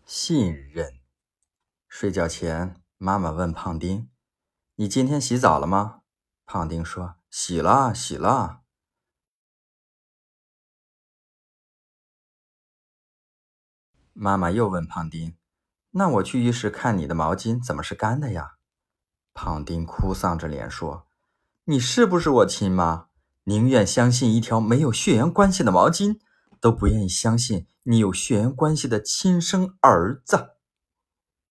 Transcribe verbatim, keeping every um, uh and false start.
信任。睡觉前，妈妈问胖丁：“你今天洗澡了吗？”胖丁说：“洗了，洗了。”妈妈又问胖丁：“那我去浴室看你的毛巾怎么是干的呀？”胖丁哭丧着脸说：“你是不是我亲妈？宁愿相信一条没有血缘关系的毛巾，都不愿意相信你有血缘关系的亲生儿子。”